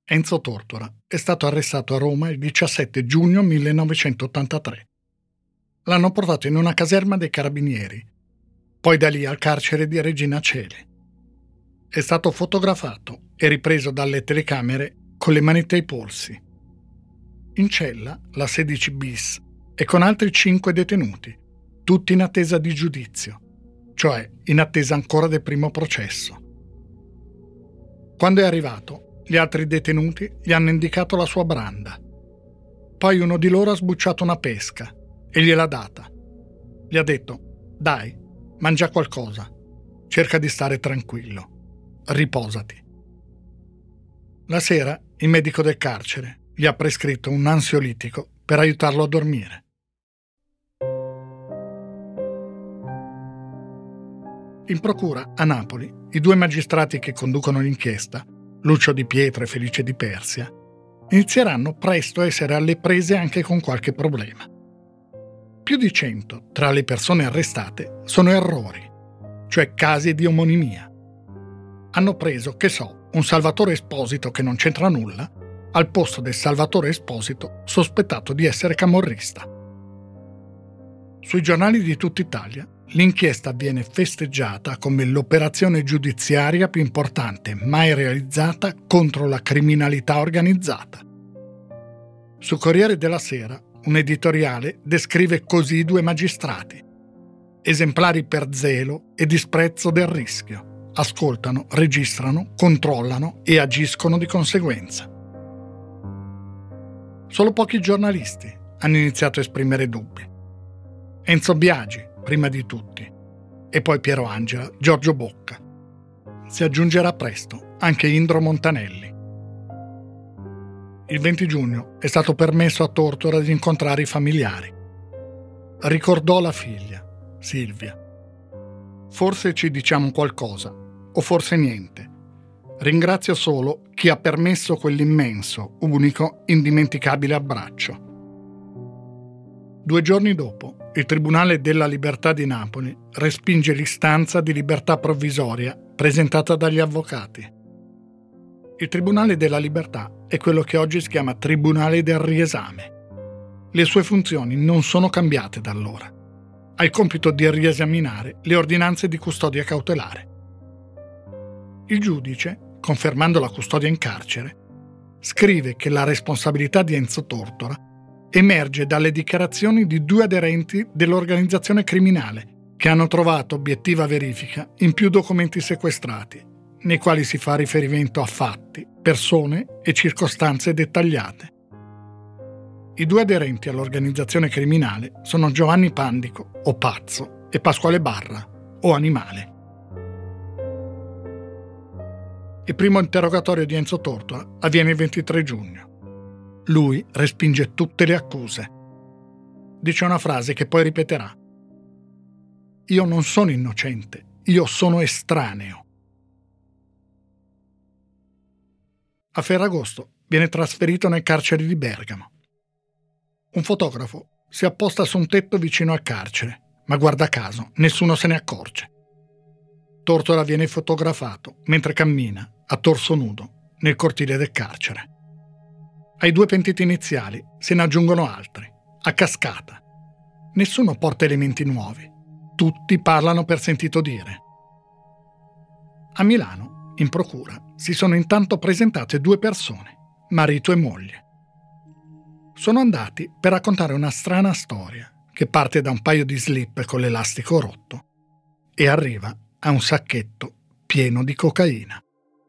Enzo Tortora è stato arrestato a Roma il 17 giugno 1983. L'hanno portato in una caserma dei Carabinieri, poi da lì al carcere di Regina Coeli. È stato fotografato e ripreso dalle telecamere con le manette ai polsi. In cella, la 16 bis, e con altri 5 detenuti, tutti in attesa di giudizio, cioè in attesa ancora del primo processo. Quando è arrivato, gli altri detenuti gli hanno indicato la sua branda. Poi uno di loro ha sbucciato una pesca e gliel'ha data. Gli ha detto: «Dai, mangia qualcosa, cerca di stare tranquillo, riposati». La sera il medico del carcere gli ha prescritto un ansiolitico per aiutarlo a dormire. In procura a Napoli, i 2 magistrati che conducono l'inchiesta, Lucio Di Pietro e Felice Di Persia, inizieranno presto a essere alle prese anche con qualche problema. Più di 100 tra le persone arrestate sono errori, cioè casi di omonimia. Hanno preso, un Salvatore Esposito che non c'entra nulla, al posto del Salvatore Esposito sospettato di essere camorrista. Sui giornali di tutta Italia l'inchiesta viene festeggiata come l'operazione giudiziaria più importante mai realizzata contro la criminalità organizzata. Su Corriere della Sera, un editoriale descrive così i 2 magistrati: esemplari per zelo e disprezzo del rischio. Ascoltano, registrano, controllano e agiscono di conseguenza. Solo pochi giornalisti hanno iniziato a esprimere dubbi. Enzo Biagi, prima di tutti, e poi Piero Angela, Giorgio Bocca. Si aggiungerà presto anche Indro Montanelli. Il 20 giugno è stato permesso a Tortora di incontrare i familiari. Ricordò la figlia, Silvia. «Forse ci diciamo qualcosa, o forse niente. Ringrazio solo chi ha permesso quell'immenso, unico, indimenticabile abbraccio». 2 giorni dopo, il Tribunale della Libertà di Napoli respinge l'istanza di libertà provvisoria presentata dagli avvocati. Il Tribunale della Libertà è quello che oggi si chiama Tribunale del Riesame. Le sue funzioni non sono cambiate da allora. Ha il compito di riesaminare le ordinanze di custodia cautelare. Il giudice, confermando la custodia in carcere, scrive che la responsabilità di Enzo Tortora emerge dalle dichiarazioni di 2 aderenti dell'organizzazione criminale che hanno trovato obiettiva verifica in più documenti sequestrati, nei quali si fa riferimento a fatti, persone e circostanze dettagliate. I 2 aderenti all'organizzazione criminale sono Giovanni Pandico, o Pazzo, e Pasquale Barra, o Animale. Il primo interrogatorio di Enzo Tortora avviene il 23 giugno. Lui respinge tutte le accuse. Dice una frase che poi ripeterà: «Io non sono innocente, io sono estraneo». A Ferragosto viene trasferito nel carcere di Bergamo. Un fotografo si apposta su un tetto vicino al carcere, ma guarda caso nessuno se ne accorge. Tortora viene fotografato mentre cammina, a torso nudo, nel cortile del carcere. Ai 2 pentiti iniziali se ne aggiungono altri, a cascata. Nessuno porta elementi nuovi. Tutti parlano per sentito dire. A Milano, in procura, si sono intanto presentate 2 persone, marito e moglie. Sono andati per raccontare una strana storia che parte da un paio di slip con l'elastico rotto e arriva a un sacchetto pieno di cocaina.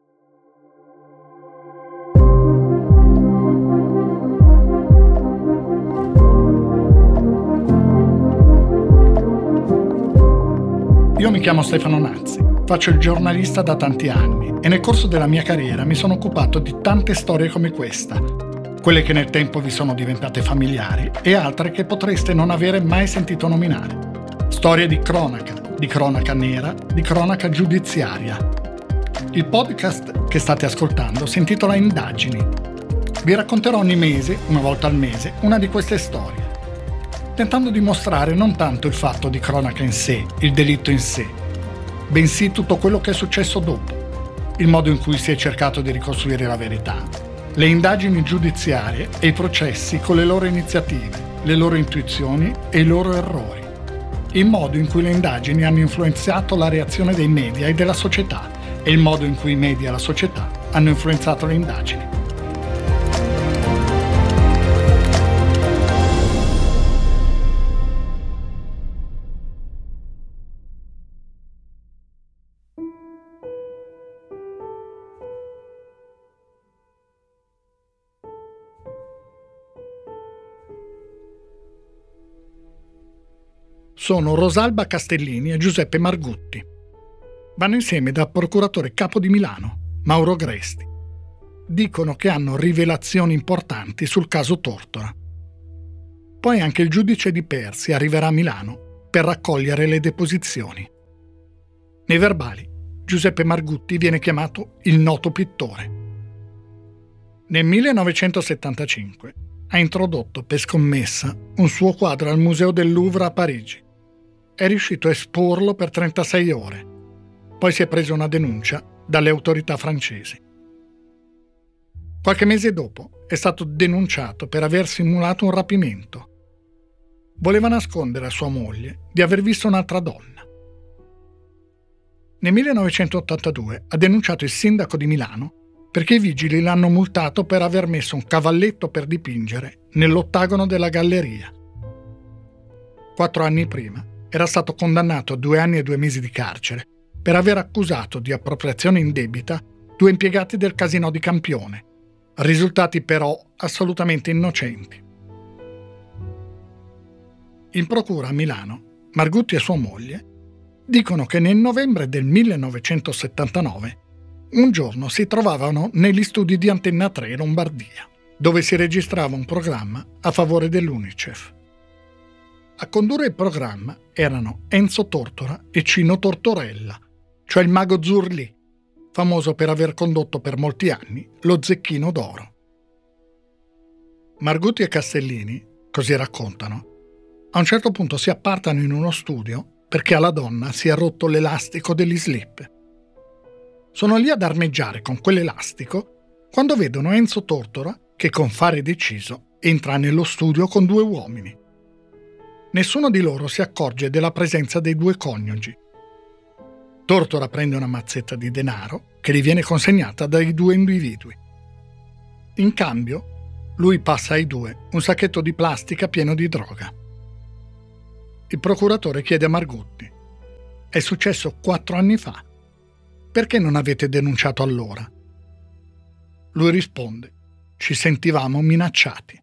Io mi chiamo Stefano Nazzi, faccio il giornalista da tanti anni e nel corso della mia carriera mi sono occupato di tante storie come questa, quelle che nel tempo vi sono diventate familiari e altre che potreste non avere mai sentito nominare. Storie di cronaca nera, di cronaca giudiziaria. Il podcast che state ascoltando si intitola Indagini. Vi racconterò ogni mese, una volta al mese, una di queste storie, tentando di mostrare non tanto il fatto di cronaca in sé, il delitto in sé, bensì tutto quello che è successo dopo, il modo in cui si è cercato di ricostruire la verità, le indagini giudiziarie e i processi con le loro iniziative, le loro intuizioni e i loro errori, il modo in cui le indagini hanno influenzato la reazione dei media e della società e il modo in cui i media e la società hanno influenzato le indagini. Sono Rosalba Castellini e Giuseppe Margutti. Vanno insieme dal procuratore capo di Milano, Mauro Gresti. Dicono che hanno rivelazioni importanti sul caso Tortora. Poi anche il giudice Di Persi arriverà a Milano per raccogliere le deposizioni. Nei verbali, Giuseppe Margutti viene chiamato il noto pittore. Nel 1975 ha introdotto per scommessa un suo quadro al Museo del Louvre a Parigi. È riuscito a esporlo per 36 ore. Poi si è preso una denuncia dalle autorità francesi. Qualche mese dopo è stato denunciato per aver simulato un rapimento. Voleva nascondere a sua moglie di aver visto un'altra donna. Nel 1982 ha denunciato il sindaco di Milano perché i vigili l'hanno multato per aver messo un cavalletto per dipingere nell'ottagono della galleria. 4 anni prima era stato condannato a 2 anni e 2 mesi di carcere per aver accusato di appropriazione indebita 2 impiegati del Casinò di Campione, risultati però assolutamente innocenti. In procura a Milano, Margutti e sua moglie dicono che nel novembre del 1979 un giorno si trovavano negli studi di Antenna 3 Lombardia, dove si registrava un programma a favore dell'UNICEF. A condurre il programma erano Enzo Tortora e Cino Tortorella, cioè il mago Zurlì, famoso per aver condotto per molti anni lo Zecchino d'Oro. Margutti e Castellini, così raccontano, a un certo punto si appartano in uno studio perché alla donna si è rotto l'elastico degli slip. Sono lì ad armeggiare con quell'elastico quando vedono Enzo Tortora che con fare deciso entra nello studio con 2 uomini. Nessuno di loro si accorge della presenza dei 2 coniugi. Tortora prende una mazzetta di denaro che gli viene consegnata dai 2 individui. In cambio, lui passa ai 2 un sacchetto di plastica pieno di droga. Il procuratore chiede a Margutti: «È successo 4 anni fa. Perché non avete denunciato allora?» Lui risponde: «Ci sentivamo minacciati».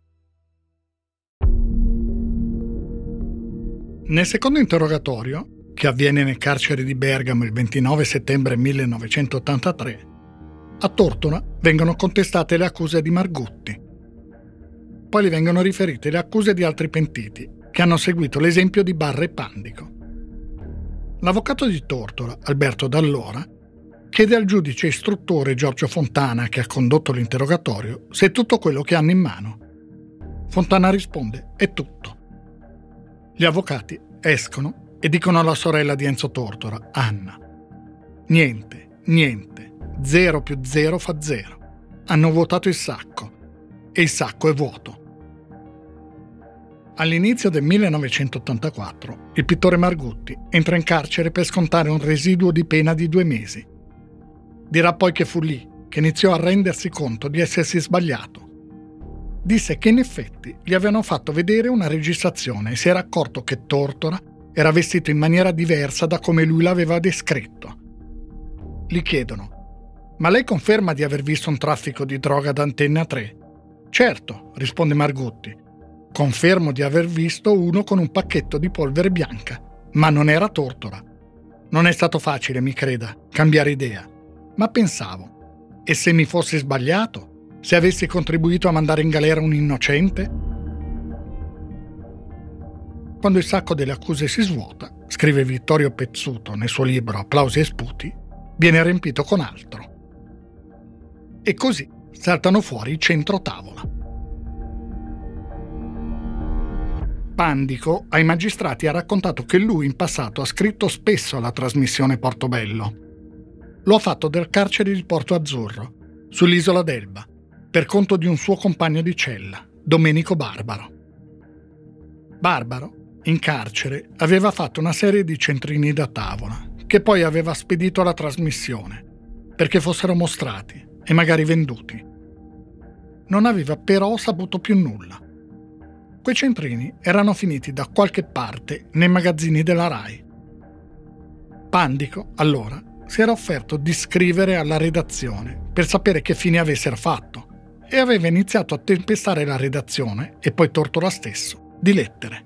Nel secondo interrogatorio, che avviene nel carcere di Bergamo il 29 settembre 1983, a Tortora vengono contestate le accuse di Margutti. Poi gli vengono riferite le accuse di altri pentiti, che hanno seguito l'esempio di Barra e Pandico. L'avvocato di Tortora, Alberto D'Allora, chiede al giudice istruttore Giorgio Fontana, che ha condotto l'interrogatorio, se è tutto quello che hanno in mano. Fontana risponde: «È tutto». Gli avvocati escono e dicono alla sorella di Enzo Tortora, Anna: «Niente, 0 più 0 fa 0. Hanno vuotato il sacco e il sacco è vuoto». All'inizio del 1984 il pittore Margutti entra in carcere per scontare un residuo di pena di 2 mesi. Dirà poi che fu lì che iniziò a rendersi conto di essersi sbagliato. Disse che in effetti gli avevano fatto vedere una registrazione e si era accorto che Tortora era vestito in maniera diversa da come lui l'aveva descritto. Gli chiedono: «Ma lei conferma di aver visto un traffico di droga ad Antenna 3?» «Certo», risponde Margutti. «Confermo di aver visto uno con un pacchetto di polvere bianca, ma non era Tortora. Non è stato facile, mi creda, cambiare idea. Ma pensavo, e se mi fossi sbagliato? Se avessi contribuito a mandare in galera un innocente?» Quando il sacco delle accuse si svuota, scrive Vittorio Pezzuto nel suo libro Applausi e sputi, viene riempito con altro. E così saltano fuori i centrotavola. Pandico ai magistrati ha raccontato che lui in passato ha scritto spesso alla trasmissione Portobello. Lo ha fatto del carcere di Porto Azzurro, sull'isola d'Elba, per conto di un suo compagno di cella, Domenico Barbaro. Barbaro, in carcere, aveva fatto una serie di centrini da tavola, che poi aveva spedito alla trasmissione, perché fossero mostrati e magari venduti. Non aveva però saputo più nulla. Quei centrini erano finiti da qualche parte nei magazzini della Rai. Pandico, allora, si era offerto di scrivere alla redazione per sapere che fine avessero fatto e aveva iniziato a tempestare la redazione, e poi Tortora stesso, di lettere.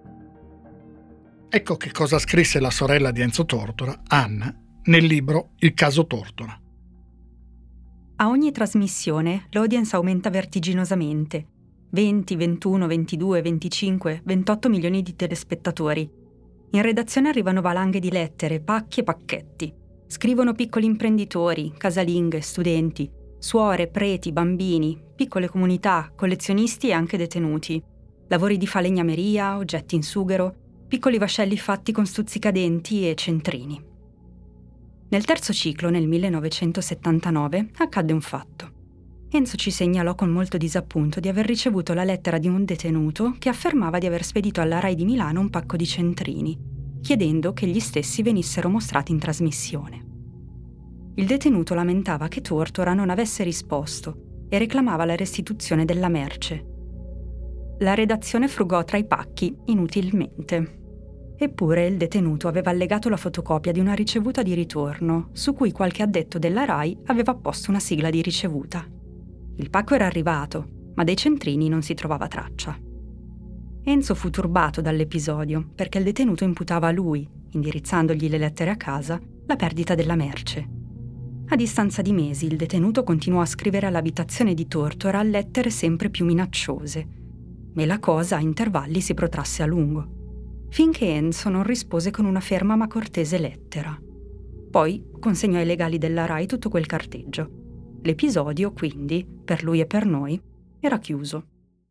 Ecco che cosa scrisse la sorella di Enzo Tortora, Anna, nel libro Il caso Tortora. A ogni trasmissione l'audience aumenta vertiginosamente. 20, 21, 22, 25, 28 milioni di telespettatori. In redazione arrivano valanghe di lettere, pacchi e pacchetti. Scrivono piccoli imprenditori, casalinghe, studenti, suore, preti, bambini, piccole comunità, collezionisti e anche detenuti. Lavori di falegnameria, oggetti in sughero, piccoli vascelli fatti con stuzzicadenti e centrini. Nel terzo ciclo, nel 1979, accadde un fatto. Enzo ci segnalò con molto disappunto di aver ricevuto la lettera di un detenuto che affermava di aver spedito alla Rai di Milano un pacco di centrini, chiedendo che gli stessi venissero mostrati in trasmissione. Il detenuto lamentava che Tortora non avesse risposto e reclamava la restituzione della merce. La redazione frugò tra i pacchi inutilmente. Eppure il detenuto aveva allegato la fotocopia di una ricevuta di ritorno, su cui qualche addetto della Rai aveva posto una sigla di ricevuta. Il pacco era arrivato, ma dei centrini non si trovava traccia. Enzo fu turbato dall'episodio perché il detenuto imputava a lui, indirizzandogli le lettere a casa, la perdita della merce. A distanza di mesi il detenuto continuò a scrivere all'abitazione di Tortora lettere sempre più minacciose, e la cosa a intervalli si protrasse a lungo, finché Enzo non rispose con una ferma ma cortese lettera. Poi consegnò ai legali della Rai tutto quel carteggio. L'episodio, quindi, per lui e per noi, era chiuso.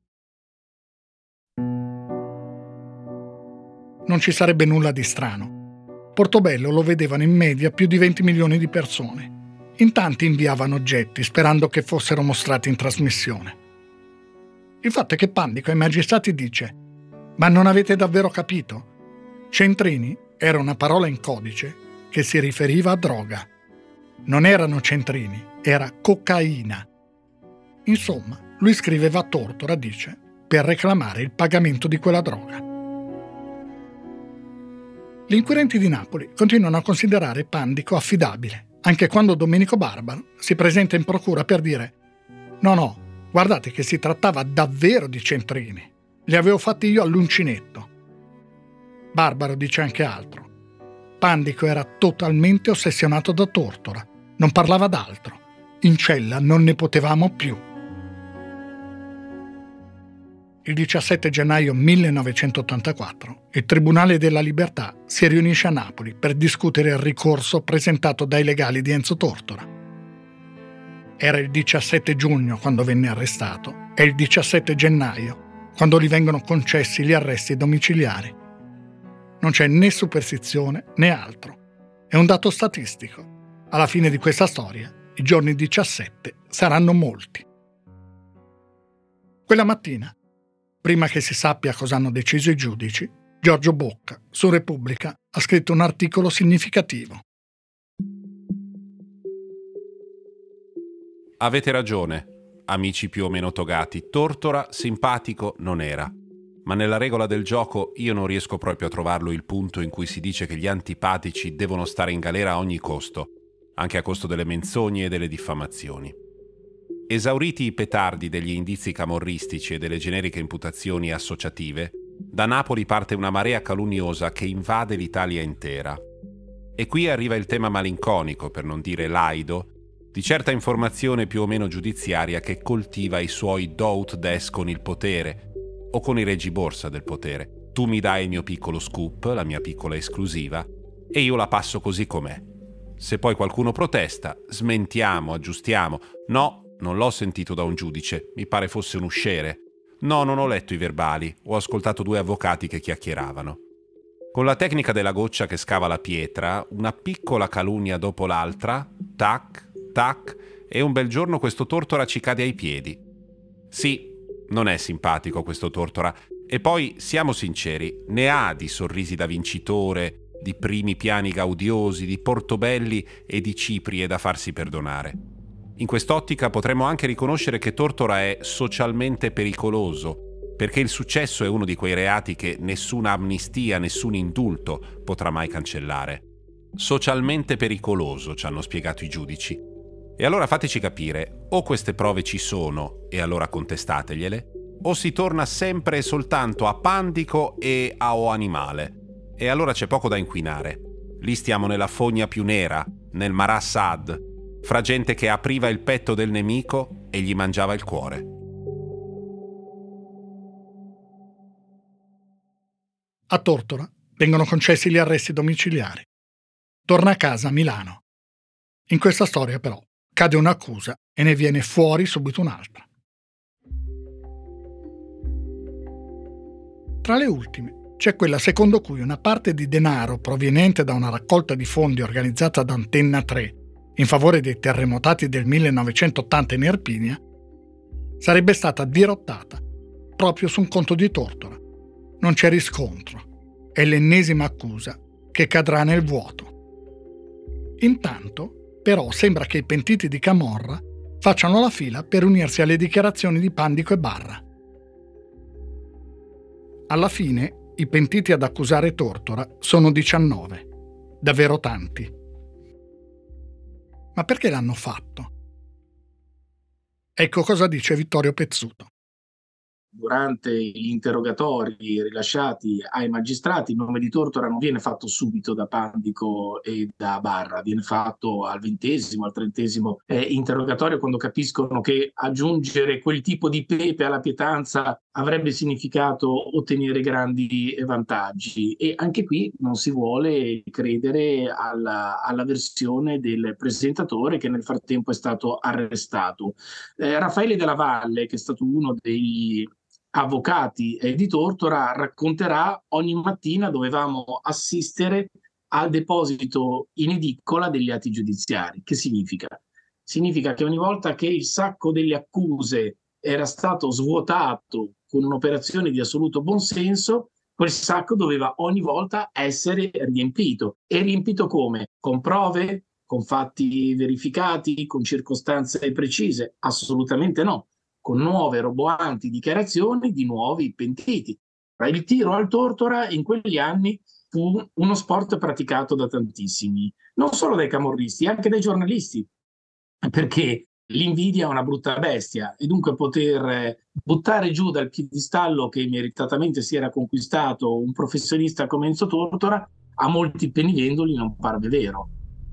Non ci sarebbe nulla di strano. Portobello lo vedevano in media più di 20 milioni di persone. In tanti inviavano oggetti sperando che fossero mostrati in trasmissione. Il fatto è che Pandico ai magistrati dice: ma non avete davvero capito? Centrini era una parola in codice che si riferiva a droga. Non erano centrini, era cocaina. Insomma, lui scriveva a Tortora, dice, per reclamare il pagamento di quella droga. Gli inquirenti di Napoli continuano a considerare Pandico affidabile, anche quando Domenico Barbaro si presenta in procura per dire: no, guardate che si trattava davvero di centrini. Li avevo fatti io all'uncinetto. Barbaro dice anche altro. Pandico era totalmente ossessionato da Tortora. Non parlava d'altro. In cella non ne potevamo più. Il 17 gennaio 1984 il Tribunale della Libertà si riunisce a Napoli per discutere il ricorso presentato dai legali di Enzo Tortora. Era il 17 giugno quando venne arrestato e il 17 gennaio quando gli vengono concessi gli arresti domiciliari. Non c'è né superstizione né altro. È un dato statistico. Alla fine di questa storia, i giorni 17 saranno molti. Quella mattina, prima che si sappia cosa hanno deciso i giudici, Giorgio Bocca, su Repubblica, ha scritto un articolo significativo. Avete ragione, amici più o meno togati, Tortora simpatico non era. Ma nella regola del gioco io non riesco proprio a trovarlo il punto in cui si dice che gli antipatici devono stare in galera a ogni costo, anche a costo delle menzogne e delle diffamazioni. Esauriti i petardi degli indizi camorristici e delle generiche imputazioni associative, da Napoli parte una marea calunniosa che invade l'Italia intera. E qui arriva il tema malinconico, per non dire laido, di certa informazione più o meno giudiziaria che coltiva i suoi do ut des con il potere, o con i reggiborsa del potere. Tu mi dai il mio piccolo scoop, la mia piccola esclusiva, e io la passo così com'è. Se poi qualcuno protesta, smentiamo, aggiustiamo. No, non l'ho sentito da un giudice, mi pare fosse un usciere. No, non ho letto i verbali, ho ascoltato 2 avvocati che chiacchieravano. Con la tecnica della goccia che scava la pietra, una piccola calunnia dopo l'altra, tac, tac, e un bel giorno questo Tortora ci cade ai piedi. Sì, non è simpatico questo Tortora, e poi, siamo sinceri, ne ha di sorrisi da vincitore, di primi piani gaudiosi, di Portobelli e di Ciprie da farsi perdonare. In quest'ottica potremmo anche riconoscere che Tortora è socialmente pericoloso, perché il successo è uno di quei reati che nessuna amnistia, nessun indulto potrà mai cancellare. Socialmente pericoloso, ci hanno spiegato i giudici. E allora fateci capire, o queste prove ci sono e allora contestategliele, o si torna sempre e soltanto a Pandico e a O Animale. E allora c'è poco da inquinare. Lì stiamo nella fogna più nera, nel Marà Saad, fra gente che apriva il petto del nemico e gli mangiava il cuore. A Tortora vengono concessi gli arresti domiciliari. Torna a casa a Milano. In questa storia, però, cade un'accusa e ne viene fuori subito un'altra. Tra le ultime c'è quella secondo cui una parte di denaro proveniente da una raccolta di fondi organizzata da Antenna 3 in favore dei terremotati del 1980 in Irpinia sarebbe stata dirottata proprio su un conto di Tortora. Non c'è riscontro. È l'ennesima accusa che cadrà nel vuoto. Intanto, però, sembra che i pentiti di Camorra facciano la fila per unirsi alle dichiarazioni di Pandico e Barra. Alla fine, i pentiti ad accusare Tortora sono 19, davvero tanti. Ma perché l'hanno fatto? Ecco cosa dice Vittorio Pezzuto. Durante gli interrogatori rilasciati ai magistrati, il nome di Tortora non viene fatto subito da Pandico e da Barra, viene fatto al 20° al 30° interrogatorio, quando capiscono che aggiungere quel tipo di pepe alla pietanza avrebbe significato ottenere grandi vantaggi. E anche qui non si vuole credere alla versione del presentatore, che nel frattempo è stato arrestato. Raffaele Della Valle, che è stato uno dei avvocati di Tortora, racconterà: ogni mattina dovevamo assistere al deposito in edicola degli atti giudiziari. Che significa? Significa che ogni volta che il sacco delle accuse era stato svuotato con un'operazione di assoluto buonsenso, quel sacco doveva ogni volta essere riempito. E riempito come? Con prove? Con fatti verificati? Con circostanze precise? Assolutamente no. Con nuove roboanti dichiarazioni di nuovi pentiti. Il tiro al Tortora in quegli anni fu uno sport praticato da tantissimi, non solo dai camorristi, anche dai giornalisti, perché l'invidia è una brutta bestia, e dunque poter buttare giù dal piedistallo che meritatamente si era conquistato un professionista come Enzo Tortora, a molti penivendoli non parve vero.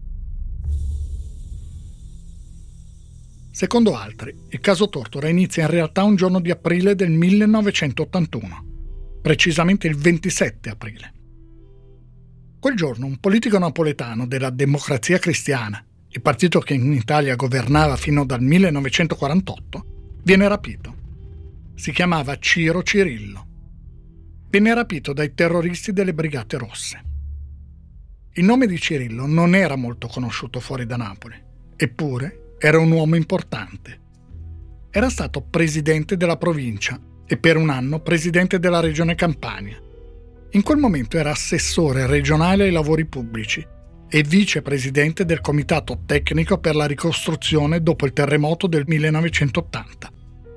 Secondo altri, il caso Tortora inizia in realtà un giorno di aprile del 1981, precisamente il 27 aprile. Quel giorno un politico napoletano della Democrazia Cristiana, il partito che in Italia governava fino dal 1948, viene rapito. Si chiamava Ciro Cirillo. Viene rapito dai terroristi delle Brigate Rosse. Il nome di Cirillo non era molto conosciuto fuori da Napoli, eppure era un uomo importante. Era stato presidente della provincia e per un anno presidente della regione Campania. In quel momento era assessore regionale ai lavori pubblici e vicepresidente del comitato tecnico per la ricostruzione dopo il terremoto del 1980.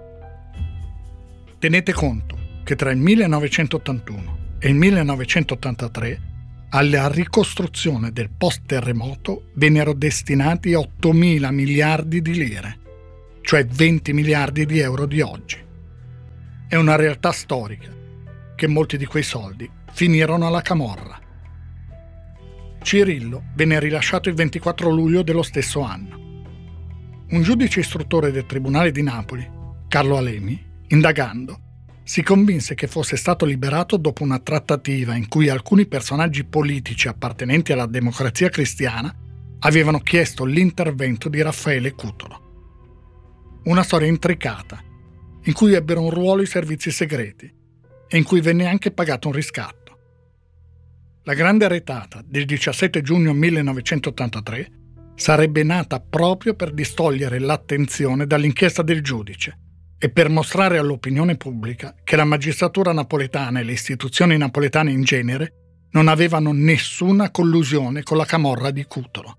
Tenete conto che tra il 1981 e il 1983 alla ricostruzione del post-terremoto vennero destinati 8.000 miliardi di lire, cioè 20 miliardi di euro di oggi. È una realtà storica che molti di quei soldi finirono alla camorra. Cirillo venne rilasciato il 24 luglio dello stesso anno. Un giudice istruttore del Tribunale di Napoli, Carlo Alemi, indagando, si convinse che fosse stato liberato dopo una trattativa in cui alcuni personaggi politici appartenenti alla Democrazia Cristiana avevano chiesto l'intervento di Raffaele Cutolo. Una storia intricata, in cui ebbero un ruolo i servizi segreti e in cui venne anche pagato un riscatto. La grande retata del 17 giugno 1983 sarebbe nata proprio per distogliere l'attenzione dall'inchiesta del giudice e per mostrare all'opinione pubblica che la magistratura napoletana e le istituzioni napoletane in genere non avevano nessuna collusione con la camorra di Cutolo.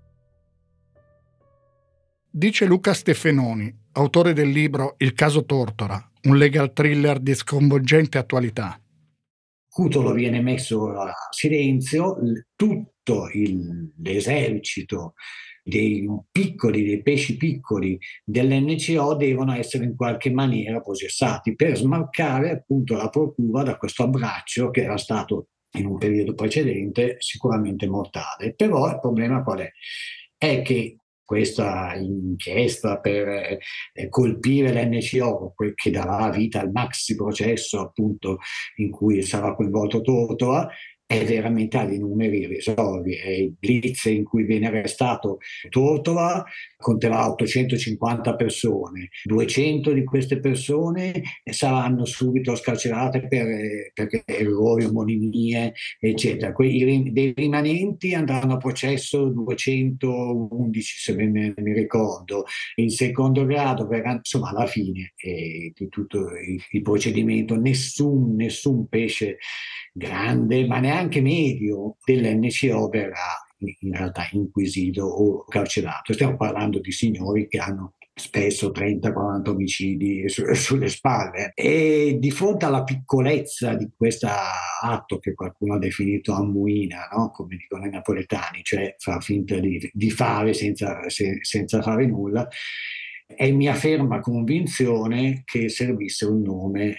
Dice Luca Stefenoni, autore del libro Il caso Tortora, un legal thriller di sconvolgente attualità. Cutolo viene messo a silenzio, tutto l'esercito dei pesci piccoli dell'NCO devono essere in qualche maniera processati per smarcare appunto la procura da questo abbraccio che era stato in un periodo precedente sicuramente mortale. Però il problema qual è? È che questa inchiesta per colpire l'NCO, che darà vita al maxi processo appunto in cui sarà coinvolto Tortora, è veramente agli numeri irrisori. È il blitz in cui viene arrestato Tortora conterà 850 persone, 200 di queste persone saranno subito scarcerate per errori, omonimie, eccetera. Dei rimanenti andranno a processo 211, se ben mi ricordo. In secondo grado verranno, insomma, alla fine di tutto il procedimento, nessun pesce grande, ma neanche medio dell'NCO verrà in realtà inquisito o carcerato. Stiamo parlando di signori che hanno spesso 30-40 omicidi sulle spalle, e di fronte alla piccolezza di questo atto che qualcuno ha definito ammuina, no? Come dicono i napoletani, cioè far finta di fare senza fare nulla, è mia ferma convinzione che servisse un nome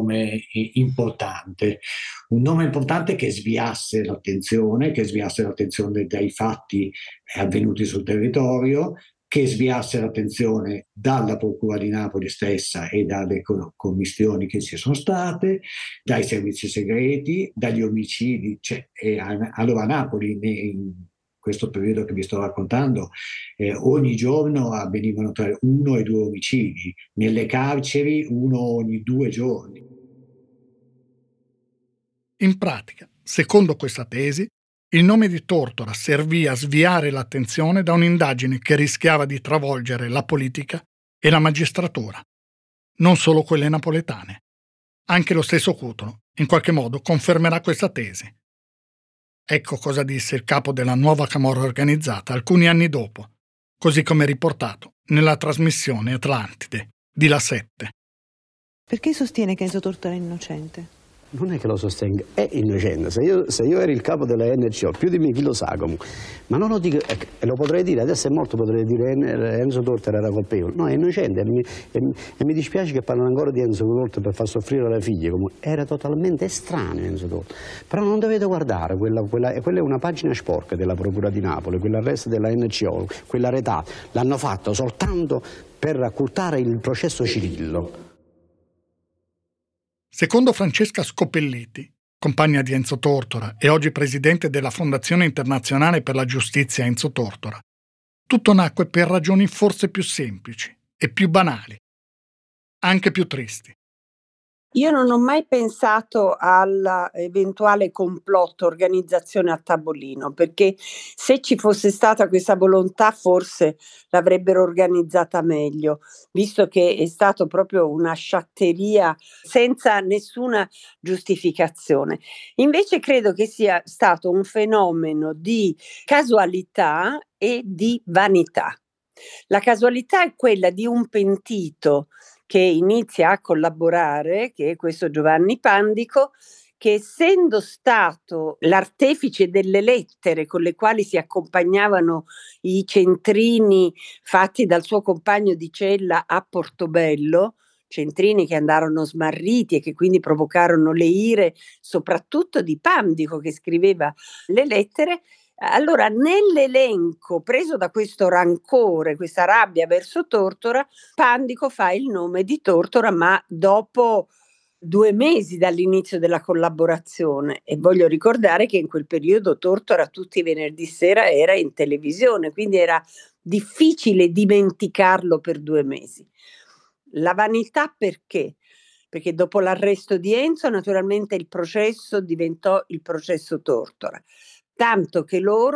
importante che sviasse l'attenzione dai fatti avvenuti sul territorio, che sviasse l'attenzione dalla Procura di Napoli stessa e dalle commissioni che ci sono state, dai servizi segreti, dagli omicidi. Allora a Napoli, in questo periodo che vi sto raccontando, ogni giorno avvenivano tra 1 e 2 omicidi, nelle carceri 1 ogni 2 giorni. In pratica, secondo questa tesi, il nome di Tortora servì a sviare l'attenzione da un'indagine che rischiava di travolgere la politica e la magistratura, non solo quelle napoletane. Anche lo stesso Cutolo, in qualche modo, confermerà questa tesi. Ecco cosa disse il capo della nuova camorra organizzata alcuni anni dopo, così come riportato nella trasmissione Atlantide di La 7. Perché sostiene che Enzo Tortora è innocente? Non è che lo sostenga, è innocente. Se io ero il capo della NCO, più di me chi lo sa comunque. Ma non lo dico, e lo potrei dire, adesso è morto, potrei dire Enzo Tortora era colpevole. No, è innocente, e mi dispiace che parlano ancora di Enzo Tortora per far soffrire la figlia. Era totalmente estraneo Enzo Tortora. Però non dovete guardare, quella è una pagina sporca della Procura di Napoli, quell'arresto della NCO, quella retata. L'hanno fatto soltanto per occultare il processo Cirillo. Secondo Francesca Scopelliti, compagna di Enzo Tortora e oggi presidente della Fondazione Internazionale per la Giustizia Enzo Tortora, tutto nacque per ragioni forse più semplici e più banali, anche più tristi. Io non ho mai pensato all'eventuale complotto, organizzazione a tavolino, perché se ci fosse stata questa volontà forse l'avrebbero organizzata meglio, visto che è stato proprio una sciatteria senza nessuna giustificazione. Invece credo che sia stato un fenomeno di casualità e di vanità. La casualità è quella di un pentito che inizia a collaborare, che è questo Giovanni Pandico, che essendo stato l'artefice delle lettere con le quali si accompagnavano i centrini fatti dal suo compagno di cella a Portobello, centrini che andarono smarriti e che quindi provocarono le ire soprattutto di Pandico che scriveva le lettere. Allora, nell'elenco preso da questo rancore, questa rabbia verso Tortora, Pandico fa il nome di Tortora, ma dopo 2 mesi dall'inizio della collaborazione. E voglio ricordare che in quel periodo Tortora tutti i venerdì sera era in televisione, quindi era difficile dimenticarlo per 2 mesi. La vanità perché? Perché dopo l'arresto di Enzo, naturalmente il processo diventò il processo Tortora. Tanto che loro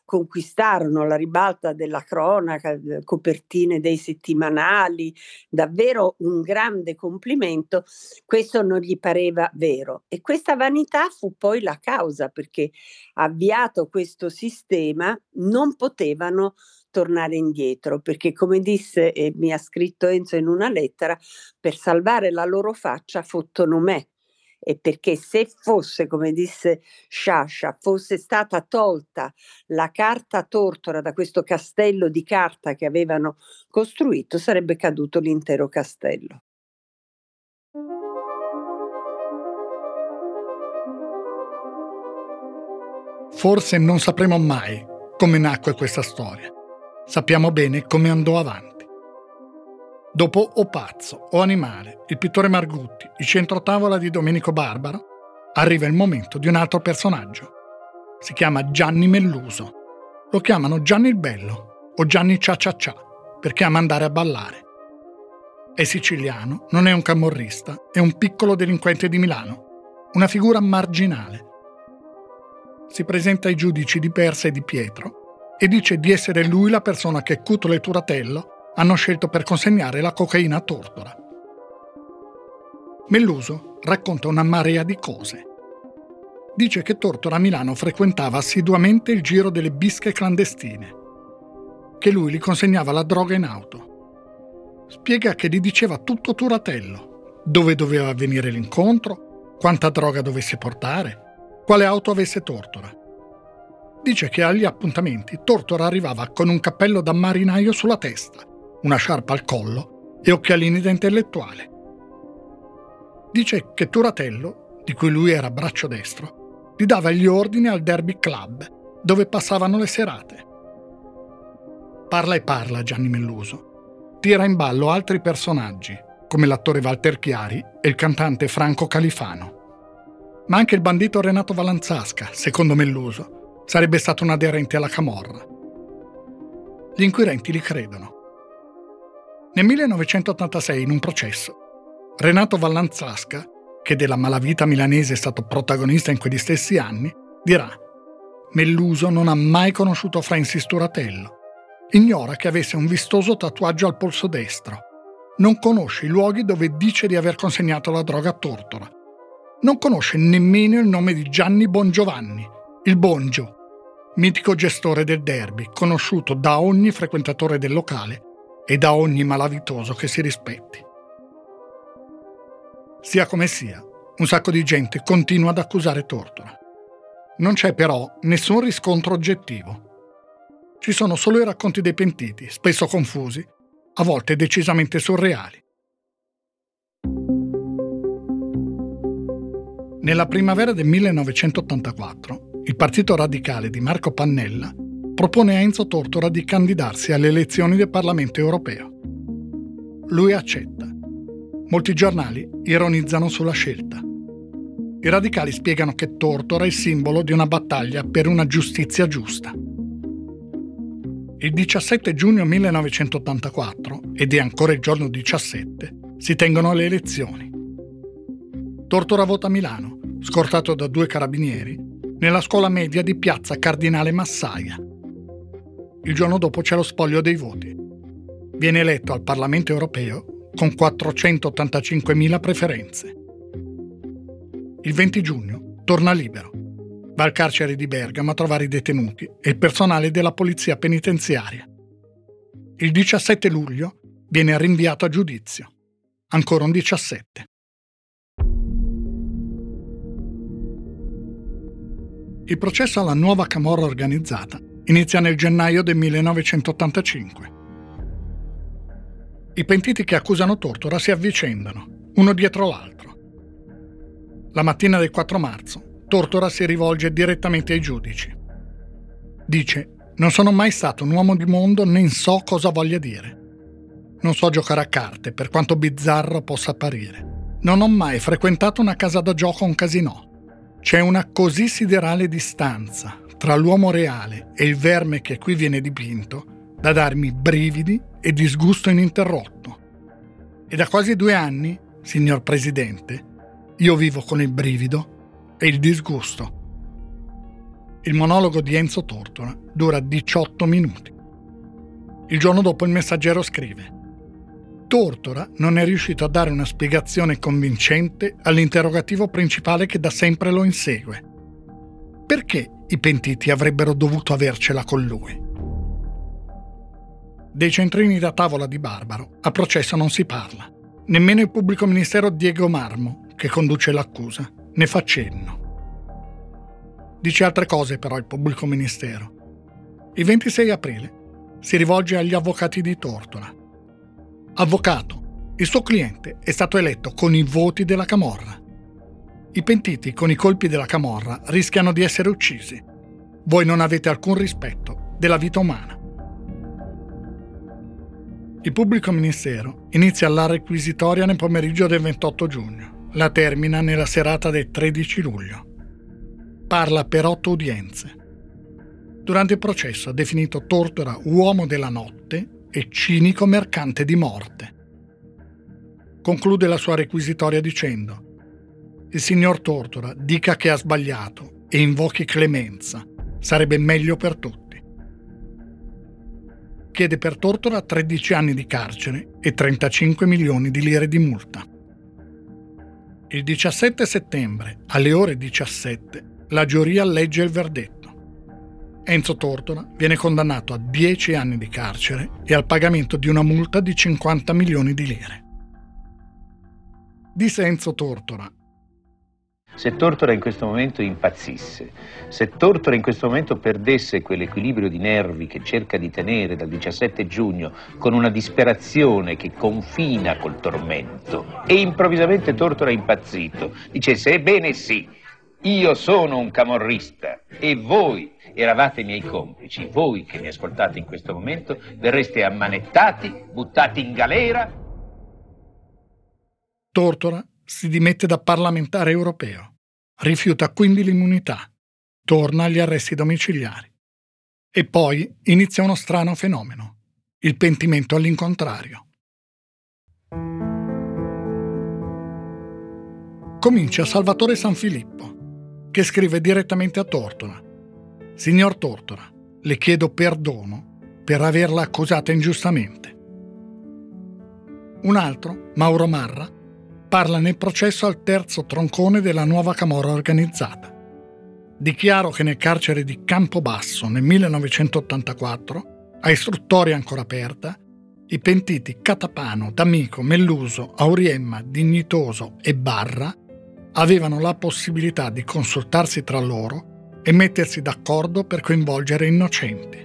conquistarono la ribalta della cronaca, copertine dei settimanali, davvero un grande complimento, questo non gli pareva vero. E questa vanità fu poi la causa, perché avviato questo sistema non potevano tornare indietro, perché come disse e mi ha scritto Enzo in una lettera, per salvare la loro faccia fottono me. E perché se fosse, come disse Sciascia, fosse stata tolta la carta Tortora da questo castello di carta che avevano costruito, sarebbe caduto l'intero castello. Forse non sapremo mai come nacque questa storia. Sappiamo bene come andò avanti. Dopo O Pazzo, O Animale, il pittore Margutti, il centrotavola di Domenico Barbaro, arriva il momento di un altro personaggio. Si chiama Gianni Melluso. Lo chiamano Gianni il Bello o Gianni Cia Cia Cia perché ama andare a ballare. È siciliano, non è un camorrista, è un piccolo delinquente di Milano, una figura marginale. Si presenta ai giudici di Persa e di Pietro e dice di essere lui la persona che Cutolo e Turatello hanno scelto per consegnare la cocaina a Tortora. Melluso racconta una marea di cose. Dice che Tortora a Milano frequentava assiduamente il giro delle bische clandestine, che lui gli consegnava la droga in auto. Spiega che gli diceva tutto Turatello, dove doveva avvenire l'incontro, quanta droga dovesse portare, quale auto avesse Tortora. Dice che agli appuntamenti Tortora arrivava con un cappello da marinaio sulla testa, una sciarpa al collo e occhialini da intellettuale. Dice che Turatello, di cui lui era braccio destro, gli dava gli ordini al Derby Club, dove passavano le serate. Parla e parla Gianni Melluso. Tira in ballo altri personaggi, come l'attore Walter Chiari e il cantante Franco Califano. Ma anche il bandito Renato Vallanzasca, secondo Melluso, sarebbe stato un aderente alla camorra. Gli inquirenti li credono. Nel 1986, in un processo, Renato Vallanzasca, che della malavita milanese è stato protagonista in quegli stessi anni, dirà: Melluso non ha mai conosciuto Francis Turatello, ignora che avesse un vistoso tatuaggio al polso destro, non conosce i luoghi dove dice di aver consegnato la droga a Tortora, non conosce nemmeno il nome di Gianni Bongiovanni, il Bongio, mitico gestore del Derby, conosciuto da ogni frequentatore del locale e da ogni malavitoso che si rispetti. Sia come sia, un sacco di gente continua ad accusare Tortora. Non c'è però nessun riscontro oggettivo. Ci sono solo i racconti dei pentiti, spesso confusi, a volte decisamente surreali. Nella primavera del 1984, il Partito Radicale di Marco Pannella propone a Enzo Tortora di candidarsi alle elezioni del Parlamento europeo. Lui accetta. Molti giornali ironizzano sulla scelta. I radicali spiegano che Tortora è il simbolo di una battaglia per una giustizia giusta. Il 17 giugno 1984, ed è ancora il giorno 17, si tengono le elezioni. Tortora vota a Milano, scortato da 2 carabinieri, nella scuola media di piazza Cardinale Massaia. Il giorno dopo c'è lo spoglio dei voti. Viene eletto al Parlamento europeo con 485.000 preferenze. Il 20 giugno torna libero. Va al carcere di Bergamo a trovare i detenuti e il personale della polizia penitenziaria. Il 17 luglio viene rinviato a giudizio. Ancora un 17. Il processo alla nuova camorra organizzata inizia nel gennaio del 1985. I pentiti che accusano Tortora si avvicendano, uno dietro l'altro. La mattina del 4 marzo, Tortora si rivolge direttamente ai giudici. Dice: «Non sono mai stato un uomo di mondo né so cosa voglia dire. Non so giocare a carte, per quanto bizzarro possa apparire. Non ho mai frequentato una casa da gioco o un casinò. C'è una così siderale distanza tra l'uomo reale e il verme che qui viene dipinto da darmi brividi e disgusto ininterrotto. E da quasi 2 anni, signor Presidente, io vivo con il brivido e il disgusto». Il monologo di Enzo Tortora dura 18 minuti. Il giorno dopo il Messaggero scrive: Tortora non è riuscito a dare una spiegazione convincente all'interrogativo principale che da sempre lo insegue. Perché i pentiti avrebbero dovuto avercela con lui? Dei centrini da tavola di Barbaro a processo non si parla. Nemmeno il pubblico ministero Diego Marmo, che conduce l'accusa, ne fa cenno. Dice altre cose però il pubblico ministero. Il 26 aprile si rivolge agli avvocati di Tortora. Avvocato, il suo cliente è stato eletto con i voti della camorra. I pentiti con i colpi della camorra rischiano di essere uccisi. Voi non avete alcun rispetto della vita umana. Il pubblico ministero inizia la requisitoria nel pomeriggio del 28 giugno, la termina nella serata del 13 luglio. Parla per 8 udienze. Durante il processo ha definito Tortora uomo della notte e cinico mercante di morte. Conclude la sua requisitoria dicendo: il signor Tortora dica che ha sbagliato e invochi clemenza, sarebbe meglio per tutti. Chiede per Tortora 13 anni di carcere e 35 milioni di lire di multa. Il 17 settembre, alle ore 17, la giuria legge il verdetto. Enzo Tortora viene condannato a 10 anni di carcere e al pagamento di una multa di 50 milioni di lire. Disse Enzo Tortora: se Tortora in questo momento impazzisse, se Tortora in questo momento perdesse quell'equilibrio di nervi che cerca di tenere dal 17 giugno con una disperazione che confina col tormento, e improvvisamente Tortora impazzito dicesse: ebbene sì, io sono un camorrista e voi eravate miei complici, voi che mi ascoltate in questo momento verreste ammanettati, buttati in galera. Tortora si dimette da parlamentare europeo, rifiuta quindi l'immunità, torna agli arresti domiciliari. E poi inizia uno strano fenomeno, il pentimento all'incontrario. Comincia Salvatore Sanfilippo, che scrive direttamente a Tortora: Signor Tortora, le chiedo perdono per averla accusata ingiustamente. Un altro, Mauro Marra, parla nel processo al terzo troncone della nuova camorra organizzata. Dichiaro che nel carcere di Campobasso nel 1984, a istruttoria ancora aperta, i pentiti Catapano, D'Amico, Melluso, Auriemma, Dignitoso e Barra avevano la possibilità di consultarsi tra loro e mettersi d'accordo per coinvolgere innocenti.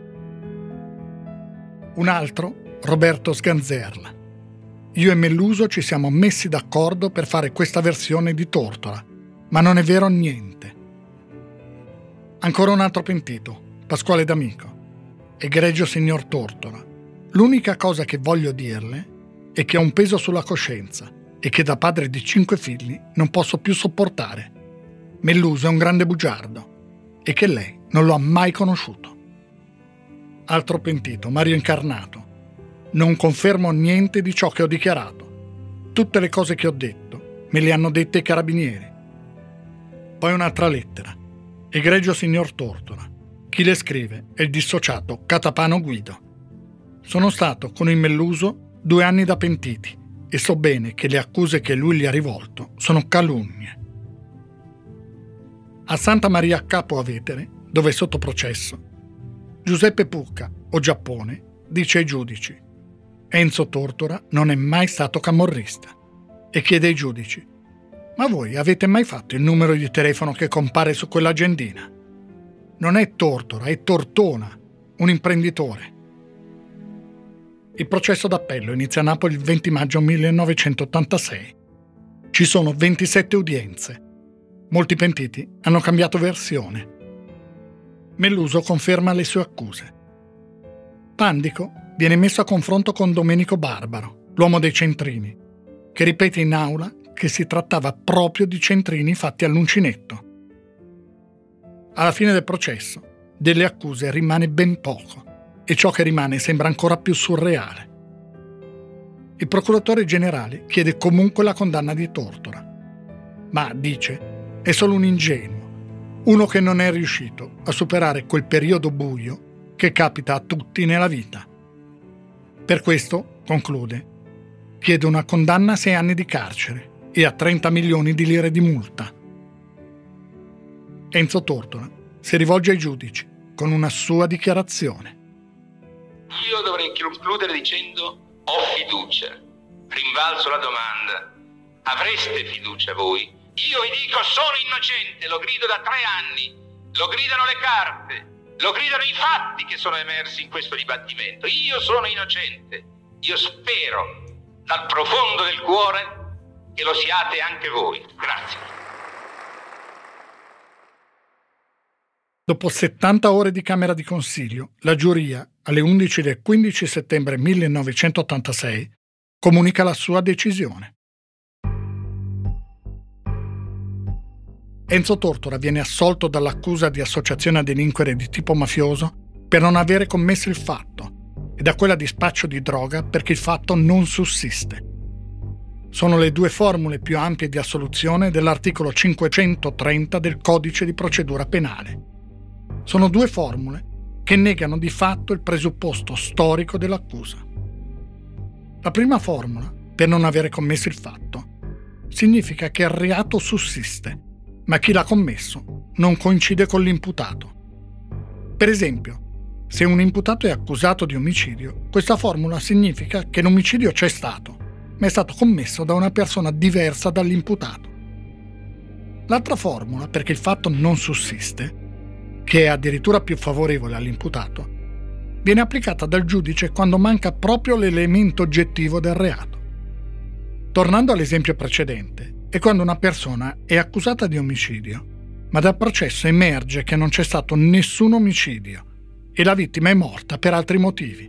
Un altro, Roberto Sganzerla: io e Melluso ci siamo messi d'accordo per fare questa versione di Tortora, ma non è vero niente. Ancora un altro pentito, Pasquale D'Amico: egregio signor Tortora, l'unica cosa che voglio dirle è che ho un peso sulla coscienza e che da padre di 5 figli non posso più sopportare. Melluso è un grande bugiardo e che lei non lo ha mai conosciuto. Altro pentito, Mario Incarnato: non confermo niente di ciò che ho dichiarato. Tutte le cose che ho detto me le hanno dette i carabinieri. Poi un'altra lettera: egregio signor Tortora, chi le scrive è il dissociato Catapano Guido. Sono stato con il Melluso 2 anni da pentiti e so bene che le accuse che lui gli ha rivolto sono calunnie. A Santa Maria Capo a Vetere, dove è sotto processo, Giuseppe Pucca, o Giappone, dice ai giudici: Enzo Tortora non è mai stato camorrista, e chiede ai giudici: ma voi avete mai fatto il numero di telefono che compare su quell'agendina? Non è Tortora, è Tortona, un imprenditore. Il processo d'appello inizia a Napoli il 20 maggio 1986. Ci sono 27 udienze. Molti pentiti hanno cambiato versione. Melluso conferma le sue accuse. Pandico viene messo a confronto con Domenico Barbaro, l'uomo dei centrini, che ripete in aula che si trattava proprio di centrini fatti all'uncinetto. Alla fine del processo, delle accuse rimane ben poco e ciò che rimane sembra ancora più surreale. Il procuratore generale chiede comunque la condanna di Tortora, ma dice è solo un ingenuo. Uno che non è riuscito a superare quel periodo buio che capita a tutti nella vita. Per questo, conclude, chiede una condanna a 6 anni di carcere e a 30 milioni di lire di multa. Enzo Tortora si rivolge ai giudici con una sua dichiarazione. Io dovrei concludere dicendo: ho fiducia. Rinvalso la domanda: avreste fiducia voi? Io vi dico: sono innocente, lo grido da 3 anni, lo gridano le carte, lo gridano i fatti che sono emersi in questo dibattimento. Io sono innocente. Io spero dal profondo del cuore che lo siate anche voi. Grazie. Dopo 70 ore di Camera di Consiglio, la giuria, alle 11 del 15 settembre 1986, comunica la sua decisione. Enzo Tortora viene assolto dall'accusa di associazione a delinquere di tipo mafioso per non avere commesso il fatto e da quella di spaccio di droga perché il fatto non sussiste. Sono le 2 formule più ampie di assoluzione dell'articolo 530 del Codice di procedura penale. Sono 2 formule che negano di fatto il presupposto storico dell'accusa. La prima formula, per non avere commesso il fatto, significa che il reato sussiste, ma chi l'ha commesso non coincide con l'imputato. Per esempio, se un imputato è accusato di omicidio, questa formula significa che l'omicidio c'è stato, ma è stato commesso da una persona diversa dall'imputato. L'altra formula, perché il fatto non sussiste, che è addirittura più favorevole all'imputato, viene applicata dal giudice quando manca proprio l'elemento oggettivo del reato. Tornando all'esempio precedente, è quando una persona è accusata di omicidio, ma dal processo emerge che non c'è stato nessun omicidio e la vittima è morta per altri motivi.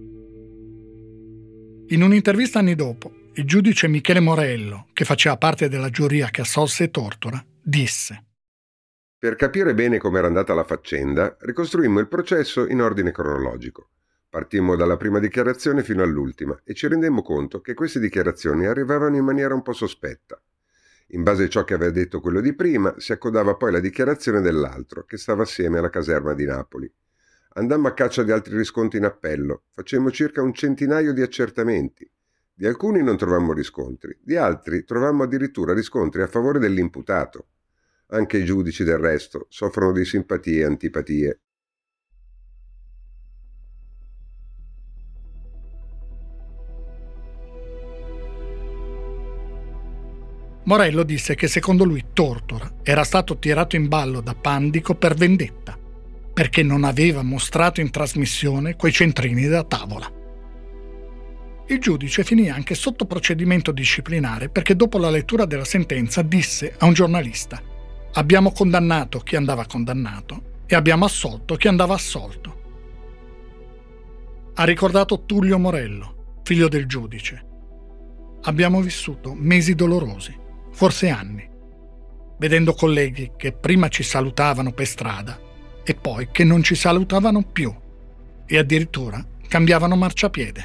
In un'intervista anni dopo, il giudice Michele Morello, che faceva parte della giuria che assolse Tortora, disse: Per capire bene com'era andata la faccenda, ricostruimmo il processo in ordine cronologico. Partimmo dalla prima dichiarazione fino all'ultima e ci rendemmo conto che queste dichiarazioni arrivavano in maniera un po' sospetta. In base a ciò che aveva detto quello di prima, si accodava poi la dichiarazione dell'altro, che stava assieme alla caserma di Napoli. Andammo a caccia di altri riscontri in appello, facemmo circa un centinaio di accertamenti. Di alcuni non trovammo riscontri, di altri trovammo addirittura riscontri a favore dell'imputato. Anche i giudici, del resto, soffrono di simpatie e antipatie. Morello disse che secondo lui Tortora era stato tirato in ballo da Pandico per vendetta, perché non aveva mostrato in trasmissione quei centrini da tavola. Il giudice finì anche sotto procedimento disciplinare perché dopo la lettura della sentenza disse a un giornalista: abbiamo condannato chi andava condannato e abbiamo assolto chi andava assolto. Ha ricordato Tullio Morello, figlio del giudice. Abbiamo vissuto mesi dolorosi, forse anni, vedendo colleghi che prima ci salutavano per strada e poi che non ci salutavano più e addirittura cambiavano marciapiede.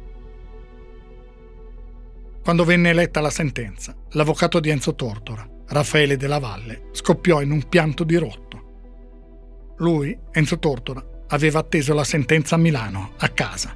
Quando venne eletta la sentenza, l'avvocato di Enzo Tortora, Raffaele Della Valle, scoppiò in un pianto dirotto. Lui, Enzo Tortora, aveva atteso la sentenza a Milano, a casa.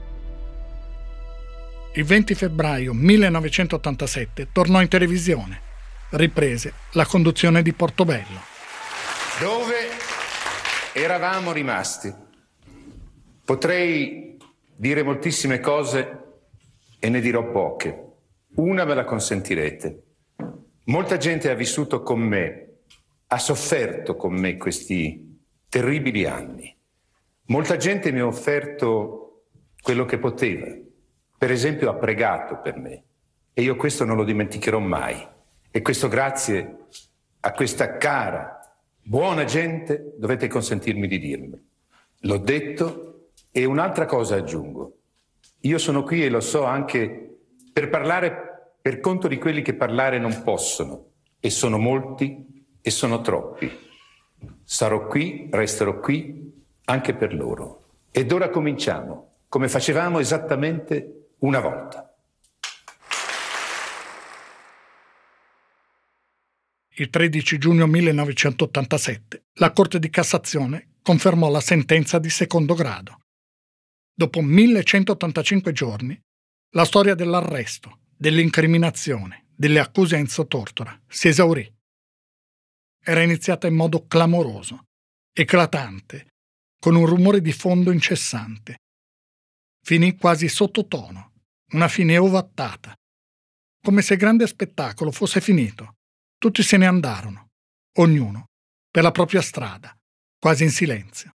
Il 20 febbraio 1987 tornò in televisione, riprese la conduzione di Portobello. Dove eravamo rimasti? Potrei dire moltissime cose e ne dirò poche. Una me la consentirete. Molta gente ha vissuto con me, ha sofferto con me questi terribili anni. Molta gente mi ha offerto quello che poteva. Per esempio ha pregato per me e io questo non lo dimenticherò mai. E questo grazie a questa cara, buona gente dovete consentirmi di dirmi. L'ho detto e un'altra cosa aggiungo. Io sono qui e lo so anche per parlare per conto di quelli che parlare non possono, e sono molti e sono troppi. Sarò qui, resterò qui, anche per loro. Ed ora cominciamo, come facevamo esattamente una volta. il 13 giugno 1987, la Corte di Cassazione confermò la sentenza di secondo grado. Dopo 1185 giorni, la storia dell'arresto, dell'incriminazione, delle accuse a Enzo Tortora si esaurì. Era iniziata in modo clamoroso, eclatante, con un rumore di fondo incessante. Finì quasi sottotono, una fine ovattata, come se il grande spettacolo fosse finito. Tutti se ne andarono, ognuno per la propria strada, quasi in silenzio.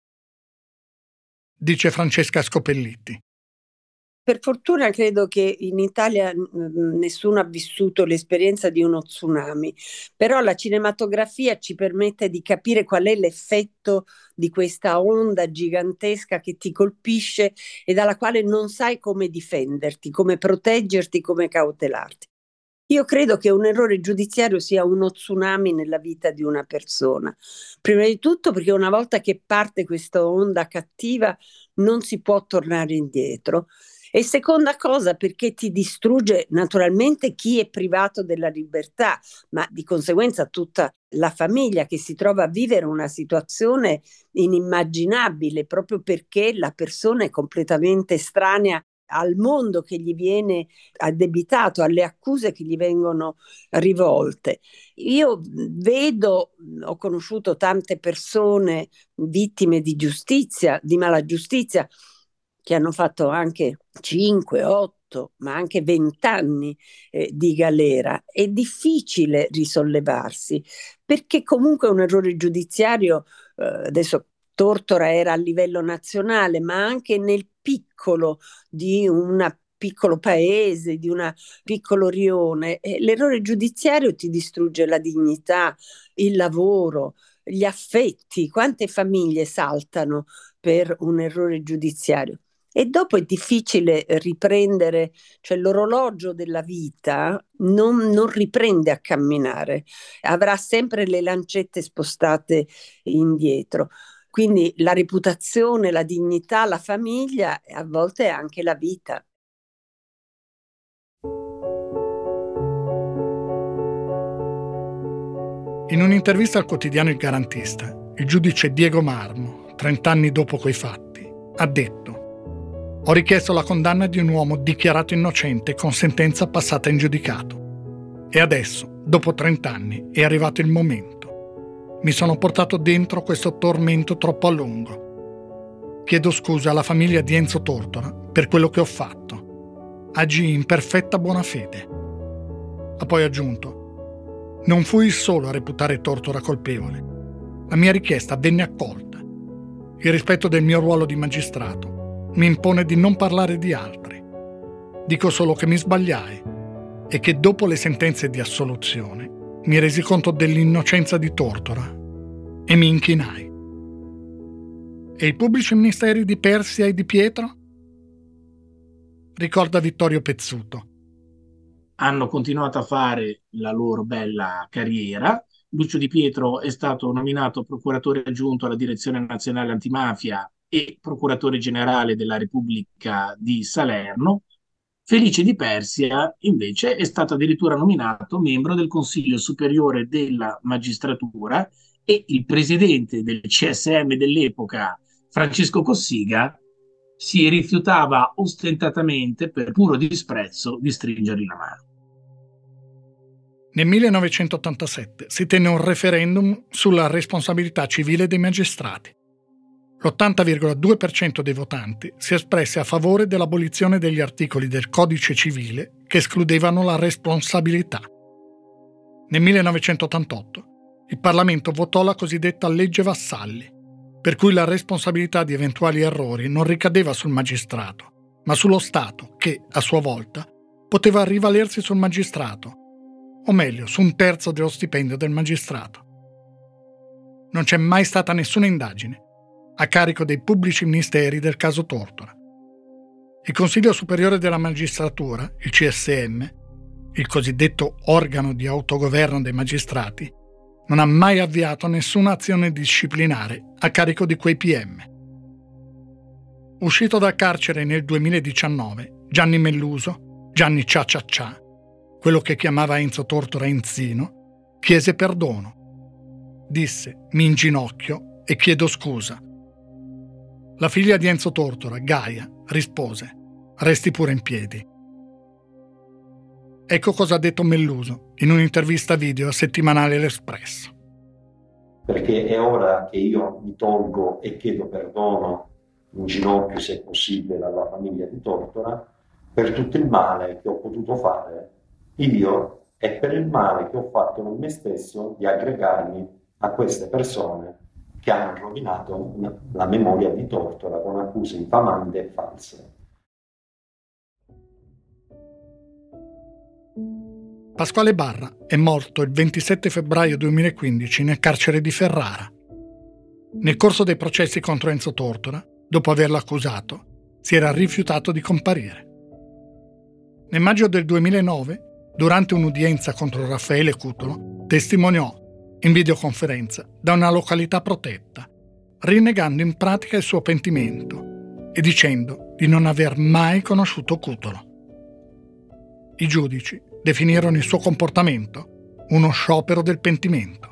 Dice Francesca Scopelliti. Per fortuna credo che in Italia nessuno ha vissuto l'esperienza di uno tsunami, però la cinematografia ci permette di capire qual è l'effetto di questa onda gigantesca che ti colpisce e dalla quale non sai come difenderti, come proteggerti, come cautelarti. Io credo che un errore giudiziario sia uno tsunami nella vita di una persona. Prima di tutto perché una volta che parte questa onda cattiva non si può tornare indietro. E seconda cosa perché ti distrugge naturalmente chi è privato della libertà, ma di conseguenza tutta la famiglia che si trova a vivere una situazione inimmaginabile proprio perché la persona è completamente estranea al mondo che gli viene addebitato, alle accuse che gli vengono rivolte. Io ho conosciuto tante persone vittime di giustizia, di malagiustizia, che hanno fatto anche 5, 8, ma anche 20 anni di galera. È difficile risollevarsi, perché comunque un errore giudiziario, adesso Tortora era a livello nazionale, ma anche nel piccolo di un piccolo paese, di un piccolo rione, l'errore giudiziario ti distrugge la dignità, il lavoro, gli affetti. Quante famiglie saltano per un errore giudiziario? E dopo è difficile riprendere, cioè l'orologio della vita non riprende a camminare, avrà sempre le lancette spostate indietro. Quindi la reputazione, la dignità, la famiglia e a volte anche la vita. In un'intervista al quotidiano Il Garantista, il giudice Diego Marmo, 30 anni dopo quei fatti, ha detto: «Ho richiesto la condanna di un uomo dichiarato innocente con sentenza passata in giudicato. E adesso, dopo 30 anni, è arrivato il momento. Mi sono portato dentro questo tormento troppo a lungo. Chiedo scusa alla famiglia di Enzo Tortora per quello che ho fatto. Agii in perfetta buona fede». Ha poi aggiunto: «Non fui il solo a reputare Tortora colpevole. La mia richiesta venne accolta. Il rispetto del mio ruolo di magistrato mi impone di non parlare di altri. Dico solo che mi sbagliai e che dopo le sentenze di assoluzione mi resi conto dell'innocenza di Tortora e mi inchinai». E i pubblici ministeri di Persia e di Pietro? Ricorda Vittorio Pezzuto. Hanno continuato a fare la loro bella carriera. Lucio Di Pietro è stato nominato procuratore aggiunto alla Direzione Nazionale Antimafia e procuratore generale della Repubblica di Salerno. Felice Di Persia, invece, è stato addirittura nominato membro del Consiglio Superiore della Magistratura e il presidente del CSM dell'epoca, Francesco Cossiga, si rifiutava ostentatamente, per puro disprezzo, di stringergli la mano. Nel 1987 si tenne un referendum sulla responsabilità civile dei magistrati. L'80,2% dei votanti si espresse a favore dell'abolizione degli articoli del Codice Civile che escludevano la responsabilità. Nel 1988 il Parlamento votò la cosiddetta legge Vassalli, per cui la responsabilità di eventuali errori non ricadeva sul magistrato, ma sullo Stato che, a sua volta, poteva rivalersi sul magistrato, o meglio, su un terzo dello stipendio del magistrato. Non c'è mai stata nessuna indagine a carico dei pubblici ministeri del caso Tortora. Il Consiglio Superiore della Magistratura, il CSM, il cosiddetto organo di autogoverno dei magistrati, non ha mai avviato nessuna azione disciplinare a carico di quei PM. Uscito dal carcere nel 2019, Gianni Melluso, Gianni Cia Cia Cia, quello che chiamava Enzo Tortora Enzino, chiese perdono. Disse: mi inginocchio e chiedo scusa. La figlia di Enzo Tortora, Gaia, rispose: resti pure in piedi. Ecco cosa ha detto Melluso in un'intervista video a settimanale L'Espresso. Perché è ora che io mi tolgo e chiedo perdono in ginocchio, se possibile, alla famiglia di Tortora per tutto il male che ho potuto fare io e per il male che ho fatto con me stesso di aggregarmi a queste persone che hanno rovinato la memoria di Tortora con accuse infamanti e false. Pasquale Barra è morto il 27 febbraio 2015 nel carcere di Ferrara. Nel corso dei processi contro Enzo Tortora, dopo averlo accusato, si era rifiutato di comparire. Nel maggio del 2009, durante un'udienza contro Raffaele Cutolo, testimoniò in videoconferenza da una località protetta, rinnegando in pratica il suo pentimento e dicendo di non aver mai conosciuto Cutolo. I giudici definirono il suo comportamento uno sciopero del pentimento.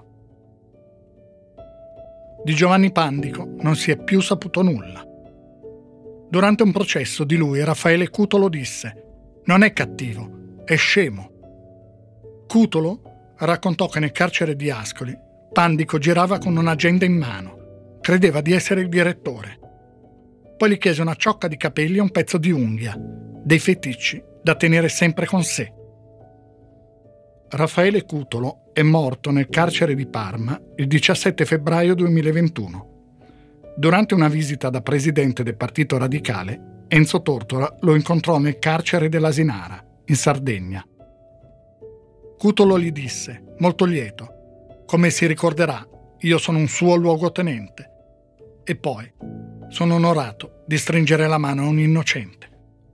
Di Giovanni Pandico non si è più saputo nulla. Durante un processo di lui, Raffaele Cutolo disse: non è cattivo, è scemo. Cutolo raccontò che nel carcere di Ascoli Pandico girava con un'agenda in mano, credeva di essere il direttore. Poi gli chiese una ciocca di capelli e un pezzo di unghia, dei feticci da tenere sempre con sé. Raffaele Cutolo è morto nel carcere di Parma il 17 febbraio 2021. Durante una visita da presidente del Partito Radicale, Enzo Tortora lo incontrò nel carcere dell'Asinara, in Sardegna. Cutolo gli disse, molto lieto: come si ricorderà, io sono un suo luogotenente. E poi: sono onorato di stringere la mano a un innocente.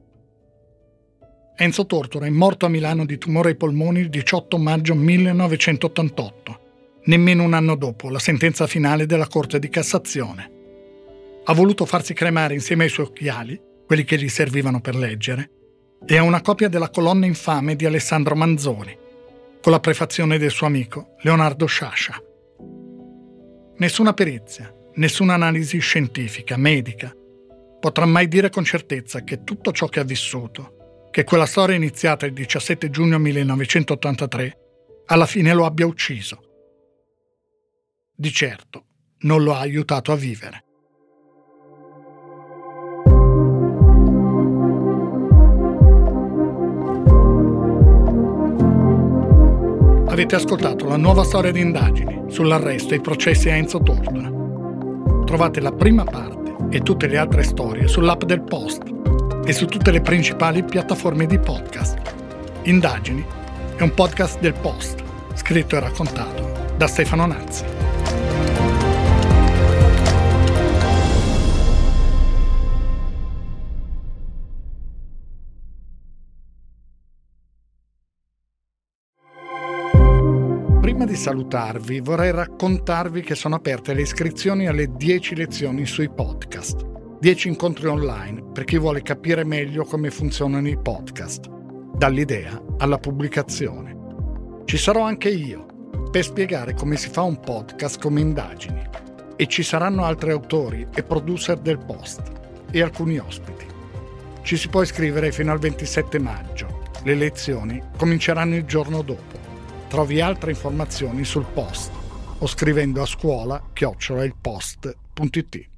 Enzo Tortora è morto a Milano di tumore ai polmoni il 18 maggio 1988, nemmeno un anno dopo la sentenza finale della Corte di Cassazione. Ha voluto farsi cremare insieme ai suoi occhiali, quelli che gli servivano per leggere, e a una copia della Colonna infame di Alessandro Manzoni, con la prefazione del suo amico Leonardo Sciascia. Nessuna perizia, nessuna analisi scientifica, medica, potrà mai dire con certezza che tutto ciò che ha vissuto, che quella storia iniziata il 17 giugno 1983, alla fine lo abbia ucciso. Di certo non lo ha aiutato a vivere. Avete ascoltato la nuova storia di indagini sull'arresto e i processi a Enzo Tortora. Trovate la prima parte e tutte le altre storie sull'app del Post e su tutte le principali piattaforme di podcast. Indagini è un podcast del Post, scritto e raccontato da Stefano Nazzi. Prima di salutarvi vorrei raccontarvi che sono aperte le iscrizioni alle 10 lezioni sui podcast. 10 incontri online per chi vuole capire meglio come funzionano i podcast, dall'idea alla pubblicazione. Ci sarò anche io per spiegare come si fa un podcast come Indagini, e ci saranno altri autori e producer del Post e alcuni ospiti. Ci si può iscrivere fino al 27 maggio. Le lezioni cominceranno il giorno dopo. Trovi altre informazioni sul Post o scrivendo a scuola@ilpost.it.